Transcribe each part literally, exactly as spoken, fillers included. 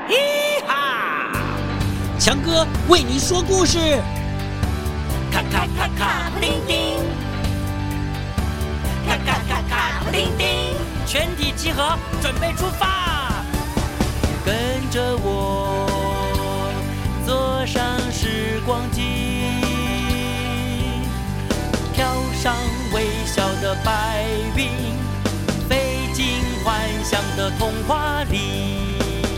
嘿哈！强哥为你说故事。 咔咔咔咔布丁丁，咔咔咔咔布丁丁， 全体集合，准备出发。跟着我，坐上时光机，飘上微笑的白云，飞进幻想的童话里。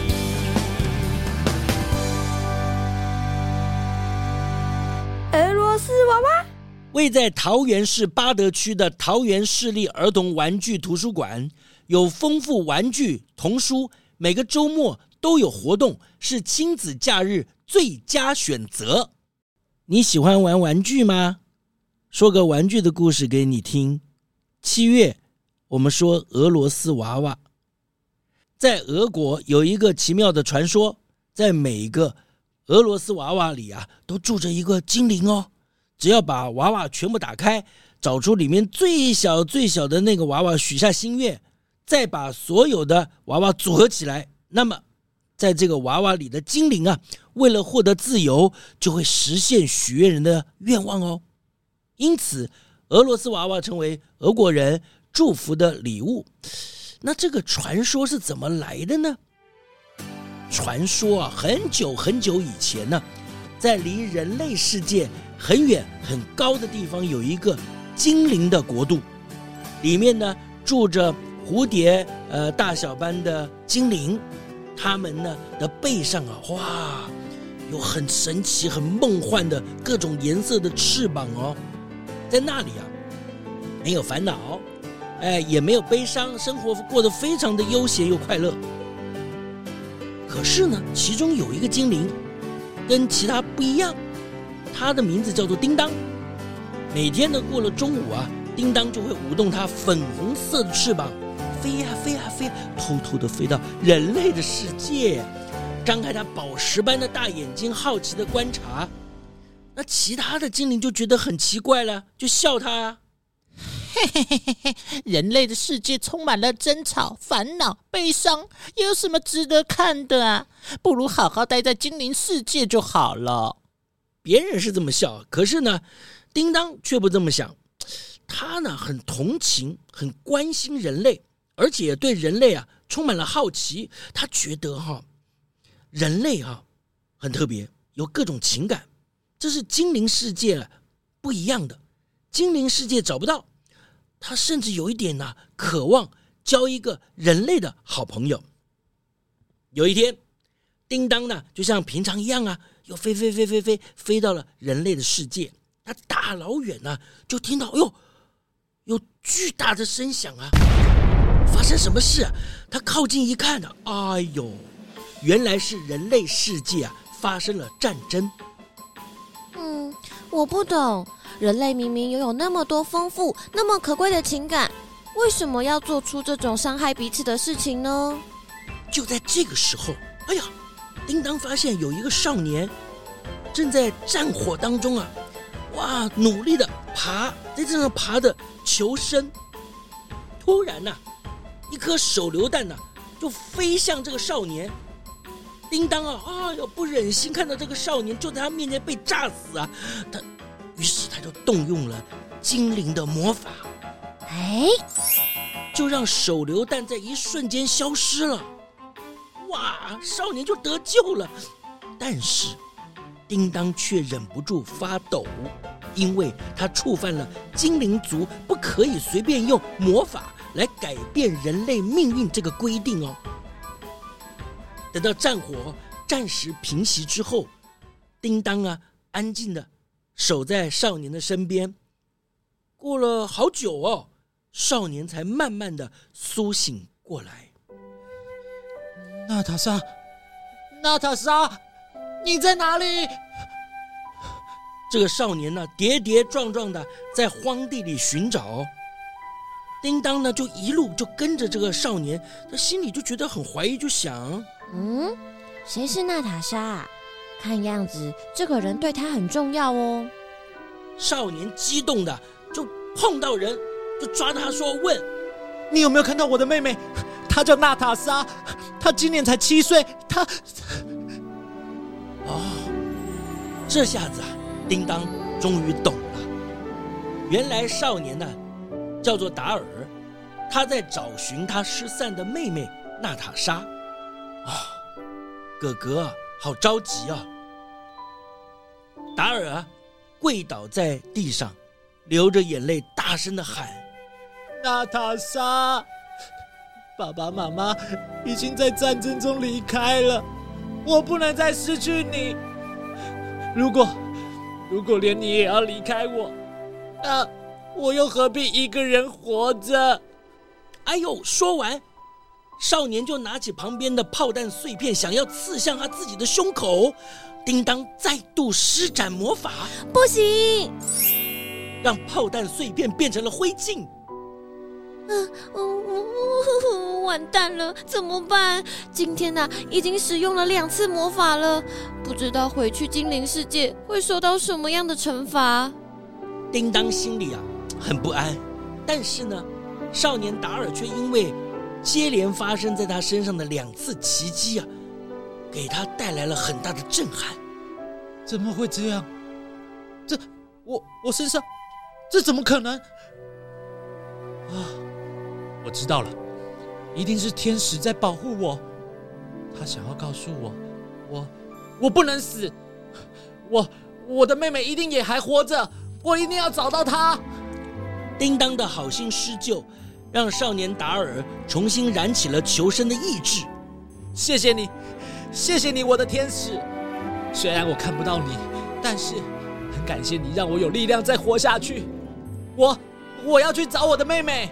俄罗斯娃娃位在桃园市八德区的桃园市立儿童玩具图书馆，有丰富玩具、童书，每个周末都有活动，是亲子假日最佳选择。你喜欢玩玩具吗？说个玩具的故事给你听。七月，我们说俄罗斯娃娃。在俄国有一个奇妙的传说，在每一个俄罗斯娃娃里啊，都住着一个精灵哦。只要把娃娃全部打开，找出里面最小最小的那个娃娃，许下心愿，再把所有的娃娃组合起来，那么在这个娃娃里的精灵啊，为了获得自由，就会实现许愿人的愿望哦。因此俄罗斯娃娃成为俄国人祝福的礼物。那这个传说是怎么来的呢？传说啊，很久很久以前呢，在离人类世界很远很高的地方，有一个精灵的国度，里面呢住着蝴蝶呃大小般的精灵，他们呢的背上啊，哇，有很神奇很梦幻的各种颜色的翅膀哦。在那里啊，没有烦恼，哎，也没有悲伤，生活过得非常的悠闲又快乐。可是呢，其中有一个精灵跟其他不一样，他的名字叫做叮当。每天呢过了中午啊，叮当就会舞动它粉红色的翅膀，飞呀飞呀飞呀，偷偷的飞到人类的世界，张开它宝石般的大眼睛，好奇的观察。那其他的精灵就觉得很奇怪了，就笑他啊。 嘿嘿嘿嘿，人类的世界充满了争吵、烦恼、悲伤，有什么值得看的啊？不如好好待在精灵世界就好了。 别人是这么笑，可是呢，叮当却不这么想。他呢，很同情，很关心人类，而且对人类啊充满了好奇。他觉得哈，人类哈很特别，有各种情感，这是精灵世界不一样的，精灵世界找不到。他甚至有一点呢、啊，渴望交一个人类的好朋友。有一天，叮当呢，就像平常一样啊，又飞飞飞飞飞飞到了人类的世界。他大老远呢、啊，就听到哟，有巨大的声响啊！发生什么事啊？他靠近一看呢、啊，哎呦，原来是人类世界啊发生了战争。 嗯，我不懂，人类明明拥有那么多丰富、那么可贵的情感，为什么要做出这种伤害彼此的事情呢？ 就在这个时候，哎呀，叮当发现有一个少年正在战火当中啊，哇，努力的爬，在这上爬的求生。突然呢、啊，一颗手榴弹呢、啊、就飞向这个少年。叮当啊，哎呦，不忍心看到这个少年就在他面前被炸死啊，他于是他就动用了精灵的魔法， 哎， 就让手榴弹在一瞬间消失了。哇，少年就得救了。但是叮当却忍不住发抖，因为他触犯了精灵族不可以随便用魔法来改变人类命运这个规定哦。等到战火暂时平息之后，叮当啊安静的守在少年的身边。过了好久哦，少年才慢慢的苏醒过来。 娜塔莎，娜塔莎，你在哪里？ 这个少年呢，跌跌撞撞的在荒地里寻找。叮当呢，就一路就跟着这个少年，他心里就觉得很怀疑，就想， 嗯，谁是娜塔莎？看样子这个人对他很重要哦。 少年激动的就碰到人，就抓他说问， 你有没有看到我的妹妹？她叫娜塔莎， 他今年才七岁，他…… 哦，这下子啊，叮当终于懂了。原来少年呢、啊，叫做达尔，他在找寻他失散的妹妹娜塔莎。啊、哦，哥哥啊，好着急啊！达尔啊，跪倒在地上，流着眼泪，大声的喊：“ 娜塔莎！爸爸妈妈已经在战争中离开了，我不能再失去你。如果如果连你也要离开我，那我又何必一个人活着？” 哎呦！说完，少年就拿起旁边的炮弹碎片，想要刺向他自己的胸口。叮当再度施展魔法， 不行， 让炮弹碎片变成了灰烬。 嗯嗯，完蛋了，怎么办？今天啊，已经使用了两次魔法了，不知道回去精灵世界会受到什么样的惩罚。 叮当心里啊很不安，但是呢，少年达尔却因为接连发生在他身上的两次奇迹啊，给他带来了很大的震撼。 怎么会这样？这我我身上这怎么可能啊？我知道了，一定是天使在保护我。他想要告诉我，我我不能死，我我的妹妹一定也还活着，我一定要找到她。 叮当的好心施救，让少年达尔重新燃起了求生的意志。 谢谢你，谢谢你，我的天使。虽然我看不到你，但是很感谢你让我有力量再活下去。我我要去找我的妹妹。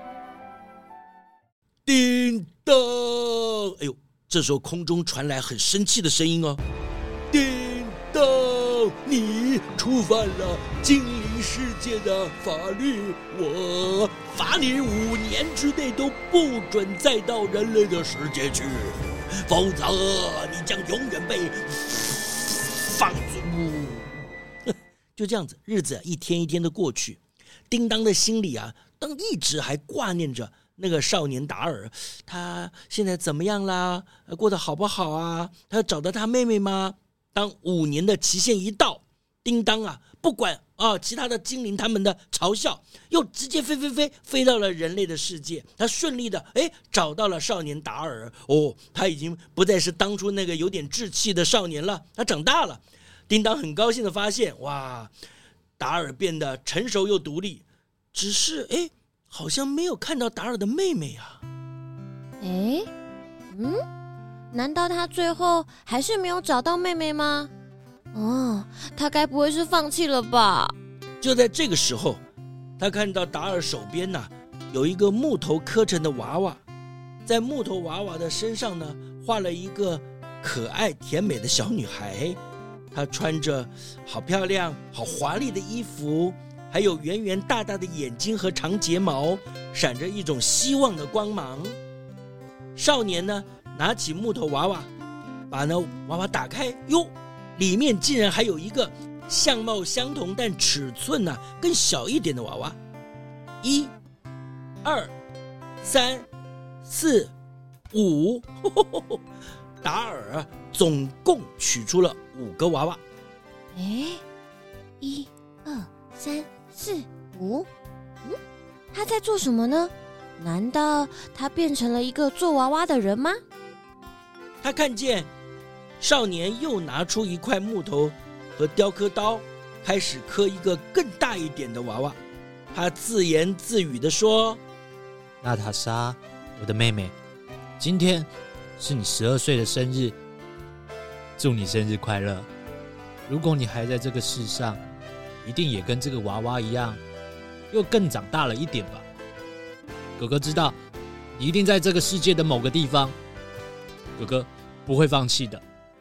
叮当！哎呦，这时候空中传来很生气的声音哦。叮当，你触犯了精灵世界的法律，我罚你五年之内都不准再到人类的世界去，否则你将永远被放逐。就这样子，日子一天一天的过去，叮当的心里啊，当一直还挂念着那个少年达尔，他现在怎么样啦？过得好不好啊？他找到他妹妹吗？当五年的期限一到，叮当啊，不管啊其他的精灵他们的嘲笑，又直接飞飞飞飞到了人类的世界。他顺利的哎找到了少年达尔。哦，他已经不再是当初那个有点稚气的少年了，他长大了。叮当很高兴的发现，哇，达尔变得成熟又独立，只是哎，好像没有看到达尔的妹妹啊。 哎，嗯，难道他最后还是没有找到妹妹吗？哦，他该不会是放弃了吧？ 就在这个时候，他看到达尔手边呢、啊、有一个木头刻成的娃娃，在木头娃娃的身上呢画了一个可爱甜美的小女孩。她穿着好漂亮好华丽的衣服，还有圆圆大大的眼睛和长睫毛，闪着一种希望的光芒。少年呢拿起木头娃娃，把那娃娃打开，哟，里面竟然还有一个相貌相同但尺寸呢、啊、更小一点的娃娃。一、二、三、四、五，呵呵呵，达尔总共取出了五个娃娃。 哎，一、二、三、四、五，嗯，他在做什么呢？难道他变成了一个做娃娃的人吗？ 他看见少年又拿出一块木头和雕刻刀，开始刻一个更大一点的娃娃。他自言自语地说：“ 娜塔莎，我的妹妹，今天是你十二岁的生日，祝你生日快乐！如果你还在这个世上，一定也跟这个娃娃一样，又更长大了一点吧。哥哥知道，你一定在这个世界的某个地方，哥哥不会放弃的。”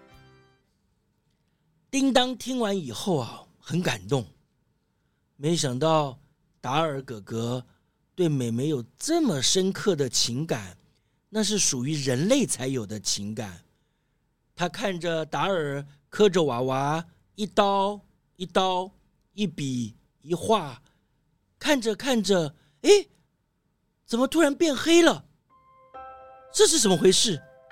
叮当听完以后啊，很感动，没想到达尔哥哥对妹妹有这么深刻的情感，那是属于人类才有的情感。他看着达尔刻着娃娃，一刀一刀，一笔一画，看着看着，哎，怎么突然变黑了？这是怎么回事？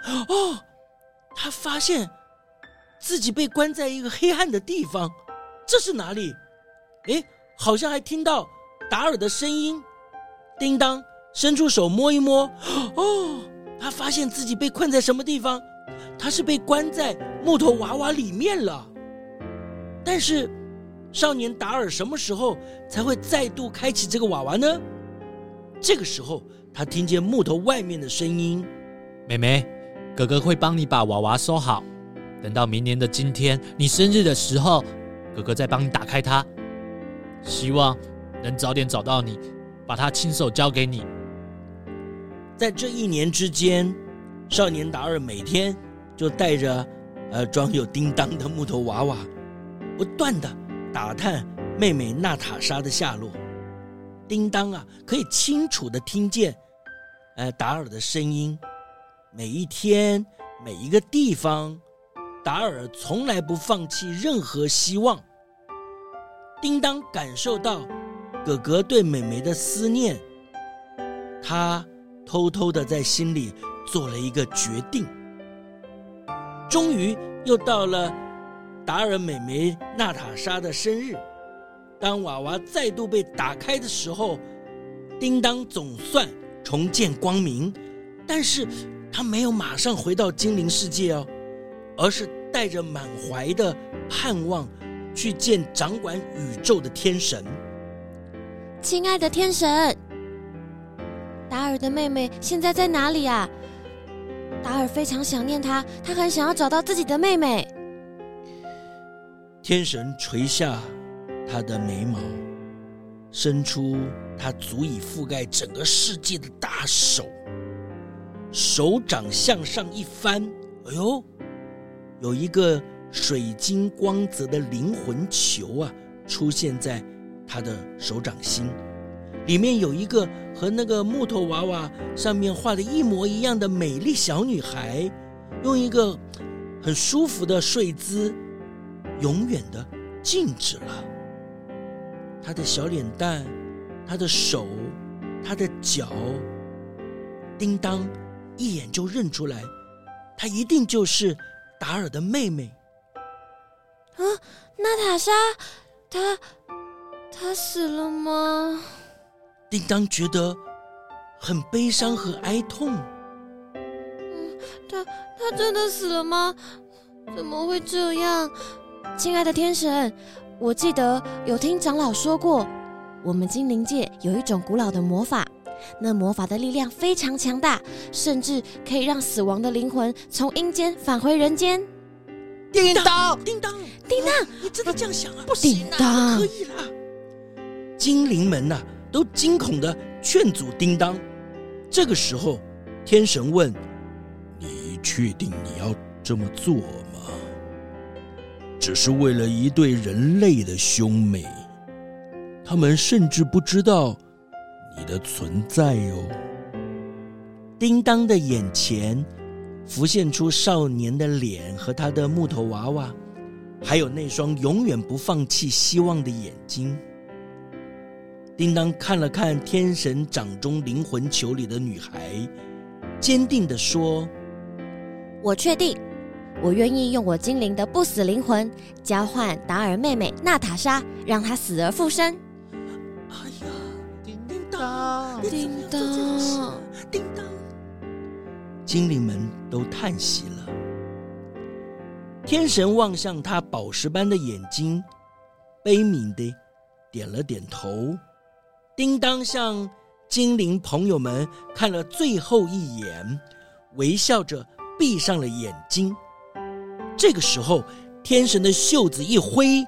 哦，他发现自己被关在一个黑暗的地方，这是哪里？诶，好像还听到达尔的声音。叮当伸出手摸一摸，哦，他发现自己被困在什么地方？他是被关在木头娃娃里面了。但是少年达尔什么时候才会再度开启这个娃娃呢？这个时候他听见木头外面的声音， 妹妹，哥哥会帮你把娃娃收好，等到明年的今天你生日的时候，哥哥再帮你打开它，希望能早点找到你，把它亲手交给你。 在这一年之间，少年达尔每天就带着呃装有叮当的木头娃娃，不断的打探妹妹娜塔莎的下落。叮当啊，可以清楚的听见呃达尔的声音。每一天，每一个地方，达尔从来不放弃任何希望。叮当感受到哥哥对妹妹的思念，他偷偷的在心里做了一个决定。终于又到了达尔妹妹娜塔莎的生日，当娃娃再度被打开的时候，叮当总算重见光明，但是他没有马上回到精灵世界哦，而是带着满怀的盼望去见掌管宇宙的天神。 亲爱的天神，达尔的妹妹现在在哪里啊？达尔非常想念她，他很想要找到自己的妹妹。 天神垂下他的眉毛，伸出他足以覆盖整个世界的大手，手掌向上一翻，哎呦，有一个水晶光泽的灵魂球啊，出现在他的手掌心，里面有一个和那个木头娃娃上面画的一模一样的美丽小女孩，用一个很舒服的睡姿，永远的静止了。她的小脸蛋，她的手，她的脚，叮当一眼就认出来，她一定就是达尔的妹妹。 啊，娜塔莎，她她死了吗？ 叮当觉得很悲伤和哀痛。 嗯，她她真的死了吗？怎么会这样？亲爱的天神，我记得有听长老说过，我们精灵界有一种古老的魔法，那魔法的力量非常强大，甚至可以让死亡的灵魂从阴间返回人间。 叮当，叮当， 叮当， 你真的这样想啊？ 不行啊， 可以啦！精灵们呐、啊，都惊恐地劝阻叮当。这个时候，天神问：“你确定你要这么做吗？只是为了一对人类的兄妹，他们甚至不知道你的存在哦。”叮当的眼前浮现出少年的脸和他的木头娃娃，还有那双永远不放弃希望的眼睛。叮当看了看天神掌中灵魂球里的女孩，坚定地说：“ 我确定，我愿意用我精灵的不死灵魂交换达尔妹妹娜塔莎，让她死而复生。” 哎呀，叮当， 叮当， 叮当！精灵们都叹息了。天神望向他宝石般的眼睛，悲悯地点了点头。叮当向精灵朋友们看了最后一眼，微笑着闭上了眼睛。这个时候，天神的袖子一挥，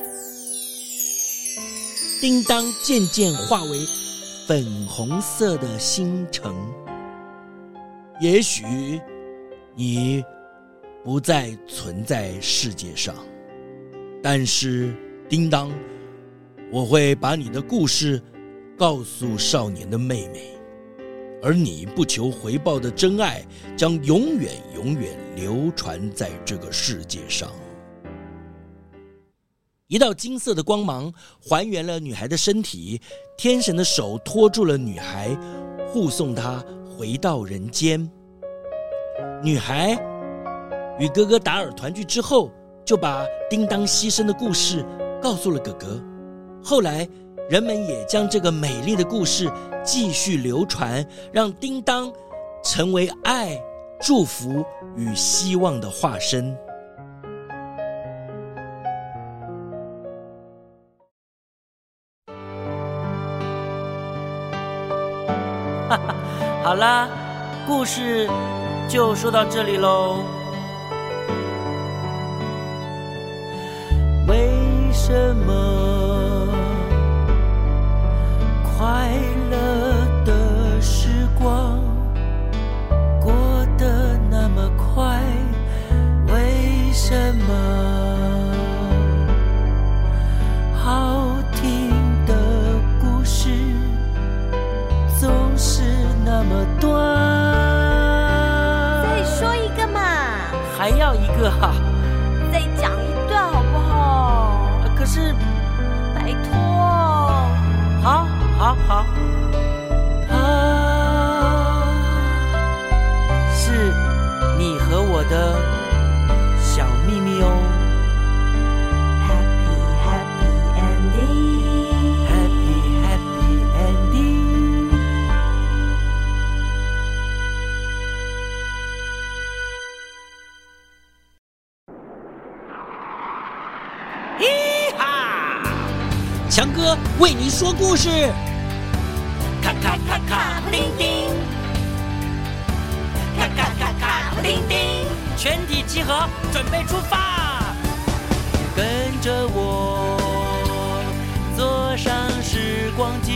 叮当渐渐化为粉红色的星辰。也许你不再存在世界上，但是叮当，我会把你的故事告诉少年的妹妹，而你不求回报的真爱将永远永远流传在这个世界上。一道金色的光芒还原了女孩的身体，天神的手托住了女孩，护送她回到人间。 女孩与哥哥达尔团聚之后，就把叮当牺牲的故事告诉了哥哥。后来人们也将这个美丽的故事继续流传，让叮当成为爱、祝福与希望的化身。 好啦，故事就说到这里咯。为什么快乐的时光过得那么快？为什么好听的故事总是那么短？ 再说一个嘛。 还要一个啊？ 再讲一段好不好？ 可是， 拜托。 好，好，好。它是你和我的小秘密哦。 Happy Happy Ending Happy Happy Ending。嘿哈！ 强哥为你说故事。 咔咔咔咔布丁丁，咔咔咔咔布丁丁，全体集合，准备出发，跟着我坐上时光机，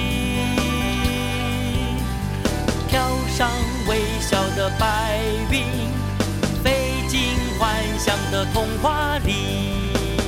飘上微笑的白云，飞进幻想的童话里。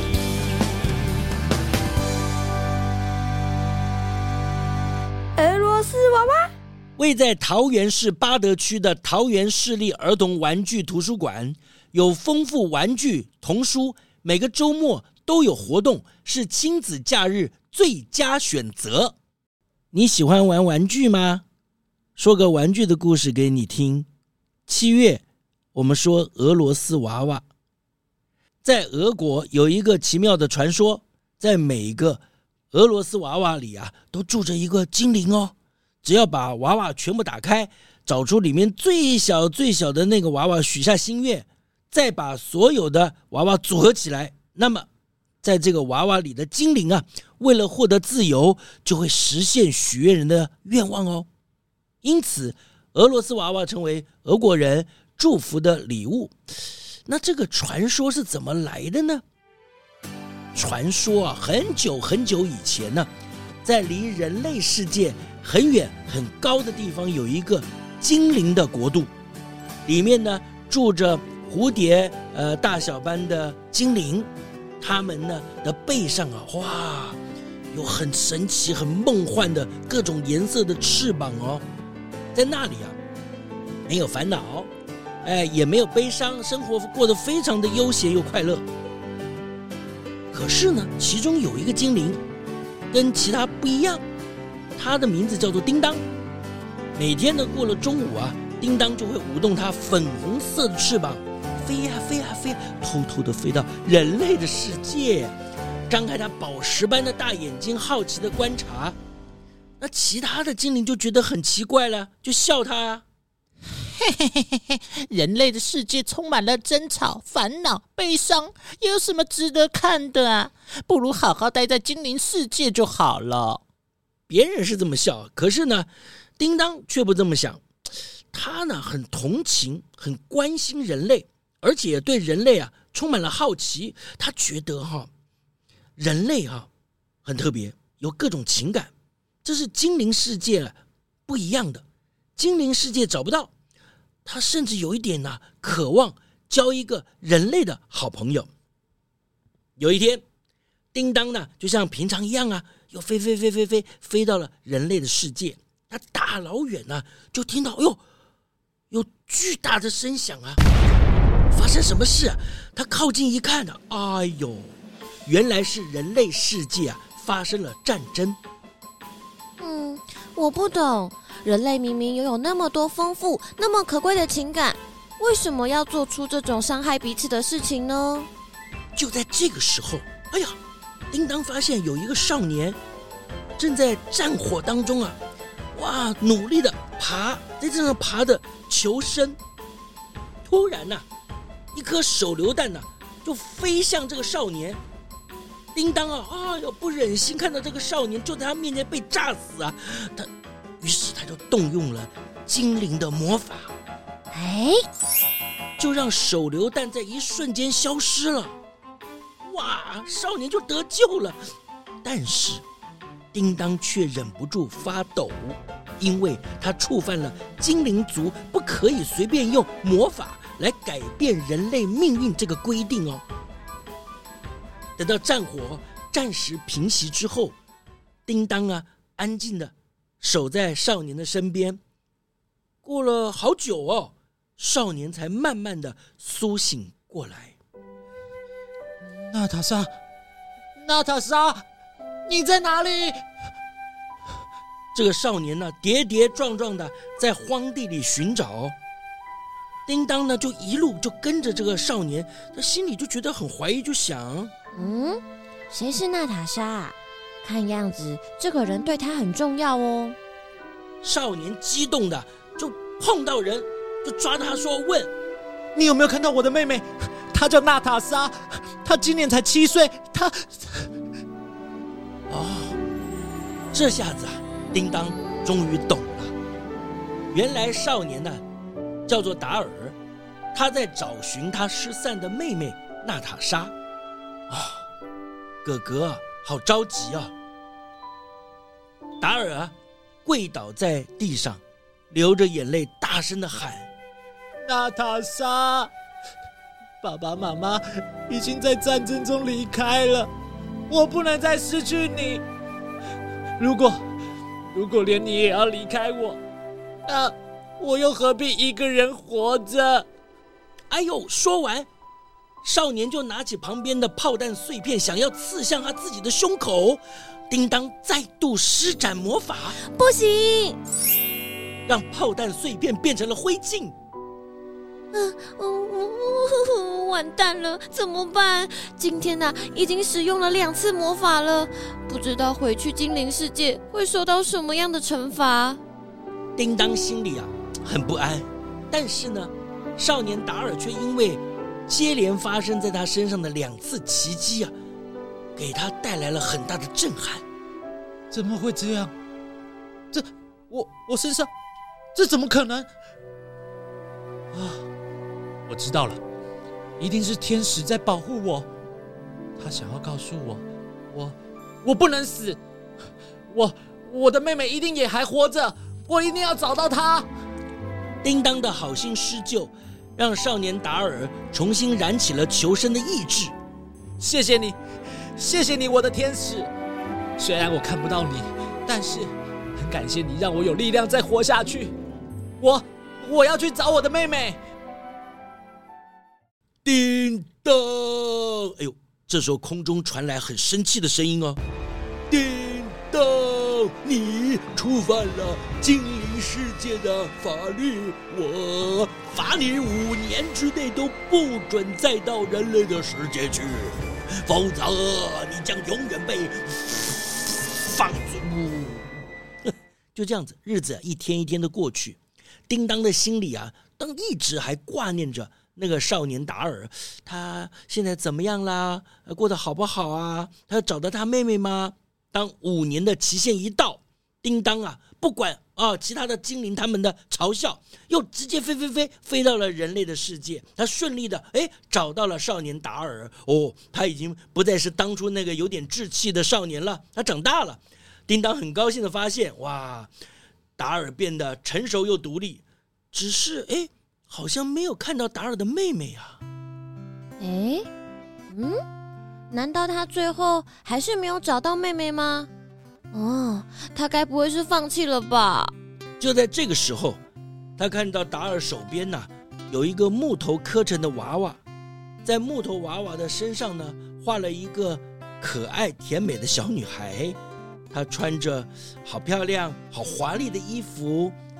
俄罗斯娃娃位在桃园市八德区的桃园市立儿童玩具图书馆，有丰富玩具、童书，每个周末都有活动，是亲子假日最佳选择。你喜欢玩玩具吗？说个玩具的故事给你听。七月，我们说俄罗斯娃娃。在俄国有一个奇妙的传说，在每一个俄罗斯娃娃里啊，都住着一个精灵哦。只要把娃娃全部打开，找出里面最小最小的那个娃娃，许下心愿，再把所有的娃娃组合起来，那么在这个娃娃里的精灵啊，为了获得自由，就会实现许愿人的愿望哦。因此俄罗斯娃娃成为俄国人祝福的礼物。那这个传说是怎么来的呢？传说啊，很久很久以前呢，在离人类世界很远很高的地方有一个精灵的国度，里面呢住着蝴蝶呃大小般的精灵，他们呢的背上啊，哇，有很神奇很梦幻的各种颜色的翅膀哦。在那里啊，没有烦恼，哎，也没有悲伤，生活过得非常的悠闲又快乐。可是呢，其中有一个精灵跟其他不一样，他的名字叫做叮当。每天呢，过了中午啊，叮当就会舞动它粉红色的翅膀，飞呀飞呀飞呀，偷偷的飞到人类的世界，张开它宝石般的大眼睛，好奇的观察。那其他的精灵就觉得很奇怪了，就笑他啊。 嘿嘿嘿嘿嘿，人类的世界充满了争吵、烦恼、悲伤，有什么值得看的啊？不如好好待在精灵世界就好了。 别人是这么笑，可是呢，叮当却不这么想。他呢，很同情，很关心人类，而且对人类啊充满了好奇。他觉得哈，人类哈很特别，有各种情感，这是精灵世界不一样的，精灵世界找不到。他甚至有一点呢、啊，渴望交一个人类的好朋友。有一天，叮当呢，就像平常一样啊，又飞飞飞飞飞飞到了人类的世界。他大老远呢、啊，就听到，哎呦，有巨大的声响啊！发生什么事啊？他靠近一看啊，哎呦，原来是人类世界啊发生了战争。 嗯，我不懂。人类明明拥有那么多丰富、那么可贵的情感， 为什么要做出这种伤害彼此的事情呢？ 就在这个时候，哎呀，叮当发现有一个少年正在战火当中啊，哇，努力的爬，在这上爬的求生。突然呐、啊，一颗手榴弹呢、啊、就飞向这个少年。叮当啊，哎呦，不忍心看到这个少年就在他面前被炸死啊，他于是他就动用了精灵的魔法， 哎， 就让手榴弹在一瞬间消失了。哇，少年就得救了。但是叮当却忍不住发抖，因为他触犯了精灵族不可以随便用魔法来改变人类命运这个规定哦。等到战火暂时平息之后，叮当啊安静的守在少年的身边。过了好久哦，少年才慢慢的苏醒过来。 娜塔莎，娜塔莎，你在哪里？ 这个少年呢，跌跌撞撞的在荒地里寻找。叮当呢，就一路就跟着这个少年，他心里就觉得很怀疑，就想， 嗯，谁是娜塔莎？看样子这个人对他很重要哦。 少年激动的就碰到人，就抓着他说问：“ 你有没有看到我的妹妹？她叫娜塔莎，她今年才七岁。她…… 哦，这下子啊，叮当终于懂了。原来少年呢，叫做达尔，他在找寻他失散的妹妹娜塔莎。哦，哥哥啊，好着急啊！达尔啊，跪倒在地上，流着眼泪，大声的喊：“ 娜塔莎，爸爸妈妈已经在战争中离开了，我不能再失去你。如果如果连你也要离开我，那我又何必一个人活着？” 哎呦，说完，少年就拿起旁边的炮弹碎片，想要刺向他自己的胸口。叮当再度施展魔法， 不行， 让炮弹碎片变成了灰烬。 嗯嗯，完蛋了，怎么办？今天啊，已经使用了两次魔法了，不知道回去精灵世界会受到什么样的惩罚。 叮当心里啊很不安，但是呢，少年达尔却因为接连发生在他身上的两次奇迹啊，给他带来了很大的震撼。 怎么会这样？这我我身上这怎么可能啊？我知道了，一定是天使在保护我。他想要告诉我，我我不能死，我我的妹妹一定也还活着，我一定要找到她。 叮当的好心施救，让少年达尔重新燃起了求生的意志。 谢谢你，谢谢你，我的天使。虽然我看不到你，但是很感谢你让我有力量再活下去。我我要去找我的妹妹。 叮当！哎呦，这时候空中传来很生气的声音哦。叮当，你触犯了精灵世界的法律，我罚你五年之内都不准再到人类的世界去，否则你将永远被放逐。就这样子，日子一天一天的过去，叮当的心里啊，当一直还挂念着那个少年达尔，他现在怎么样啦？过得好不好啊？他要找到他妹妹吗？当五年的期限一到，叮当啊，不管啊其他的精灵他们的嘲笑，又直接飞飞飞飞到了人类的世界。他顺利的哎找到了少年达尔。哦，他已经不再是当初那个有点稚气的少年了，他长大了。叮当很高兴的发现，哇，达尔变得成熟又独立，只是哎，好像没有看到达尔的妹妹啊。 哎，嗯，难道他最后还是没有找到妹妹吗？哦，他该不会是放弃了吧？ 就在这个时候，他看到达尔手边呐、有一个木头刻成的娃娃，在木头娃娃的身上呢画了一个可爱甜美的小女孩。她穿着好漂亮好华丽的衣服，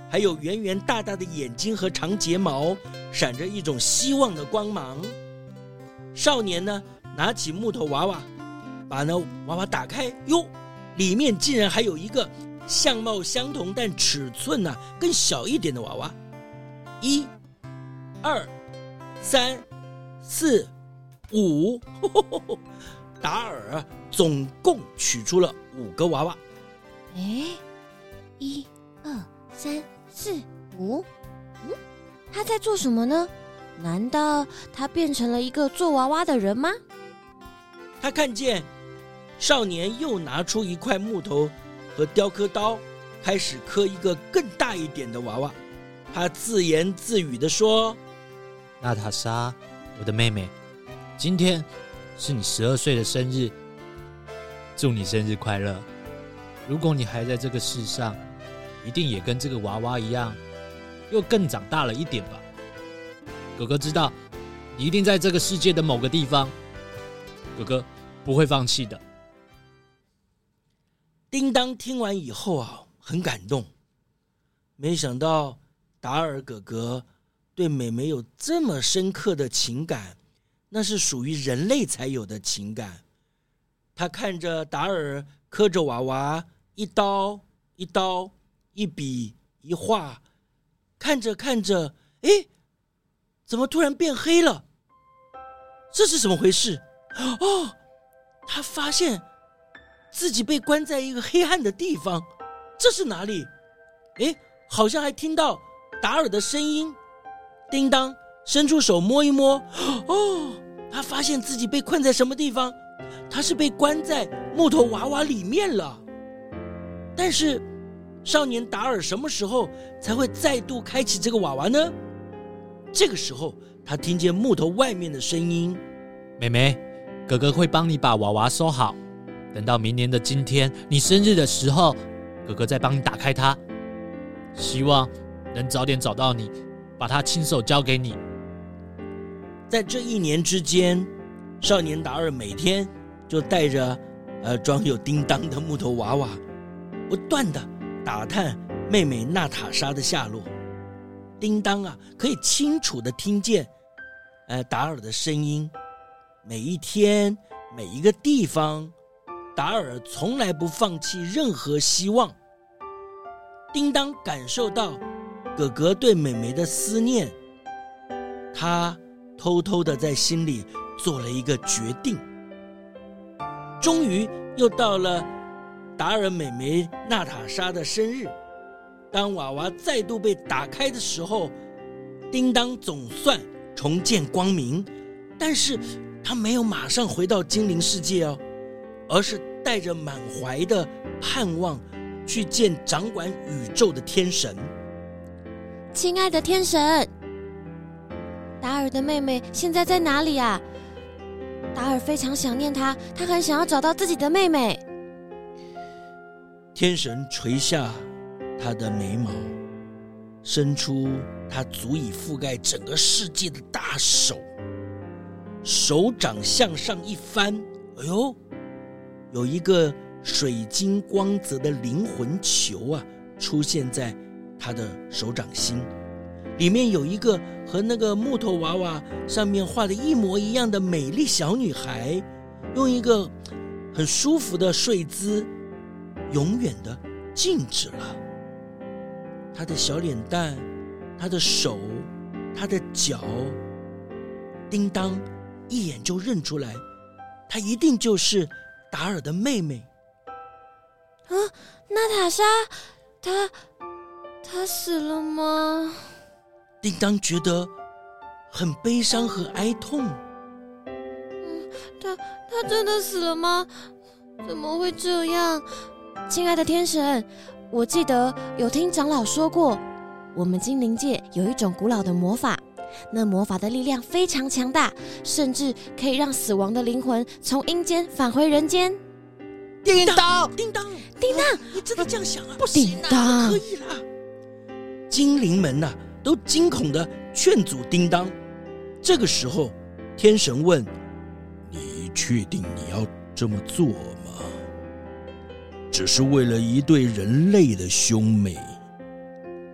还有圆圆大大的眼睛和长睫毛，闪着一种希望的光芒。少年呢，拿起木头娃娃，把那娃娃打开，哟，里面竟然还有一个相貌相同但尺寸呢、啊、更小一点的娃娃。一、二、三、四、五，呵呵呵，达尔啊，总共取出了五个娃娃。 哎，一、二、三、四、五，嗯，他在做什么呢？难道他变成了一个做娃娃的人吗？ 他看见少年又拿出一块木头和雕刻刀，开始刻一个更大一点的娃娃。他自言自语地说： 娜塔莎，我的妹妹，今天是你十二岁的生日，祝你生日快乐。如果你还在这个世上，一定也跟这个娃娃一样，又更长大了一点吧。哥哥知道你一定在这个世界的某个地方，哥哥不会放弃的。 叮当听完以后啊，很感动，没想到达尔哥哥对妹妹有这么深刻的情感，那是属于人类才有的情感。他看着达尔刻着娃娃，一刀一刀，一笔一画，看着看着，诶，怎么突然变黑了？这是怎么回事？哦，他发现自己被关在一个黑暗的地方，这是哪里？诶，好像还听到达尔的声音。叮当伸出手摸一摸，哦，他发现自己被困在什么地方？他是被关在木头娃娃里面了。但是少年达尔什么时候才会再度开启这个娃娃呢？这个时候他听见木头外面的声音： 妹妹，哥哥会帮你把娃娃收好，等到明年的今天你生日的时候，哥哥再帮你打开它，希望能早点找到你，把它亲手交给你。 在这一年之间，少年达尔每天就带着呃装有叮当的木头娃娃，不断的打探妹妹娜塔莎的下落。叮当啊，可以清楚的听见呃达尔的声音。每一天，每一个地方，达尔从来不放弃任何希望。叮当感受到哥哥对妹妹的思念，他偷偷的在心里做了一个决定。终于又到了达尔妹妹娜塔莎的生日，当娃娃再度被打开的时候，叮当总算重见光明，但是他没有马上回到精灵世界哦，而是带着满怀的盼望去见掌管宇宙的天神。 亲爱的天神，达尔的妹妹现在在哪里啊？达尔非常想念她，他很想要找到自己的妹妹。 天神垂下他的眉毛，伸出他足以覆盖整个世界的大手，手掌向上一翻，哎呦，有一个水晶光泽的灵魂球啊，出现在他的手掌心，里面有一个和那个木头娃娃上面画的一模一样的美丽小女孩，用一个很舒服的睡姿，永远的静止了。她的小脸蛋，她的手，她的脚，叮当一眼就认出来，她一定就是达尔的妹妹。 啊，娜塔莎，她她死了吗？ 叮当觉得很悲伤和哀痛。 嗯，她她真的死了吗？怎么会这样？亲爱的天神，我记得有听长老说过，我们精灵界有一种古老的魔法，那魔法的力量非常强大，甚至可以让死亡的灵魂从阴间返回人间。 叮当， 叮当， 叮当， 你真的这样想啊？ 不行啊， 叮当可以啦！精灵们啊，都惊恐地劝阻叮当。这个时候，天神问：“你确定你要这么做吗？只是为了一对人类的兄妹，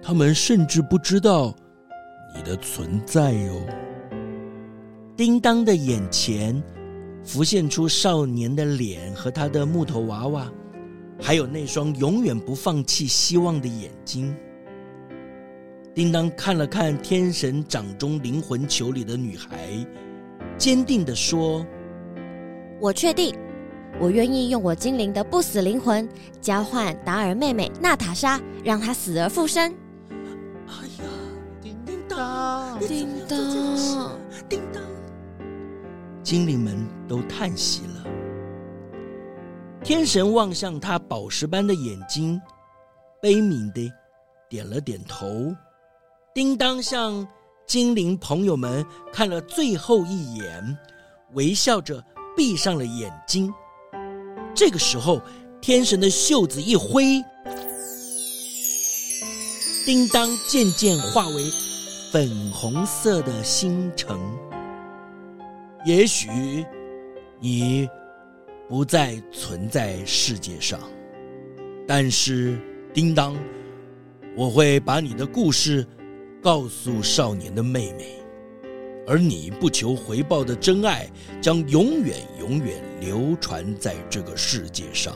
他们甚至不知道你的存在哟。叮当的眼前浮现出少年的脸和他的木头娃娃，还有那双永远不放弃希望的眼睛。叮当看了看天神掌中灵魂球里的女孩，坚定地说： 我确定，我愿意用我精灵的不死灵魂交换达尔妹妹娜塔莎，让她死而复生。 哎呀， 叮当， 叮当， 叮当，精灵们都叹息了。天神望向他宝石般的眼睛，悲悯地点了点头。叮当向精灵朋友们看了最后一眼，微笑着闭上了眼睛。这个时候，天神的袖子一挥，叮当渐渐化为粉红色的星辰。也许你不再存在世界上，但是叮当，我会把你的故事告诉少年的妹妹，而你不求回报的真爱将永远永远流传在这个世界上。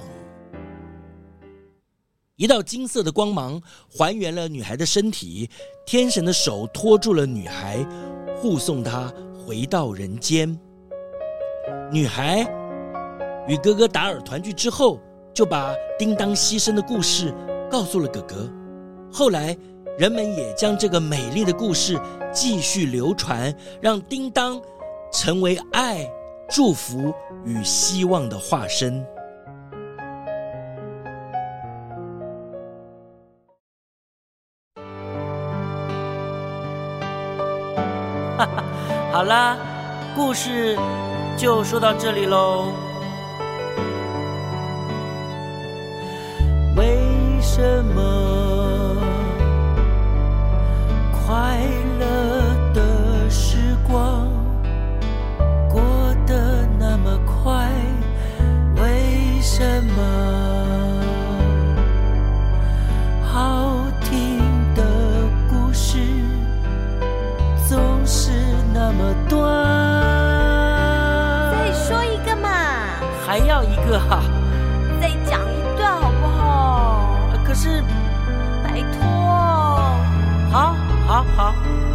一道金色的光芒还原了女孩的身体，天神的手托住了女孩，护送她回到人间。女孩与哥哥达尔团聚之后，就把叮当牺牲的故事告诉了哥哥。后来人们也将这个美丽的故事继续流传，让叮当成为爱、祝福与希望的化身。 哈哈，好啦，故事就说到这里咯。为什么快乐的时光过得那么快？为什么好听的故事总是那么短？ 再说一个嘛， 还要一个啊？ 再讲一段好不好？ 可是， 拜托。 好，好，好。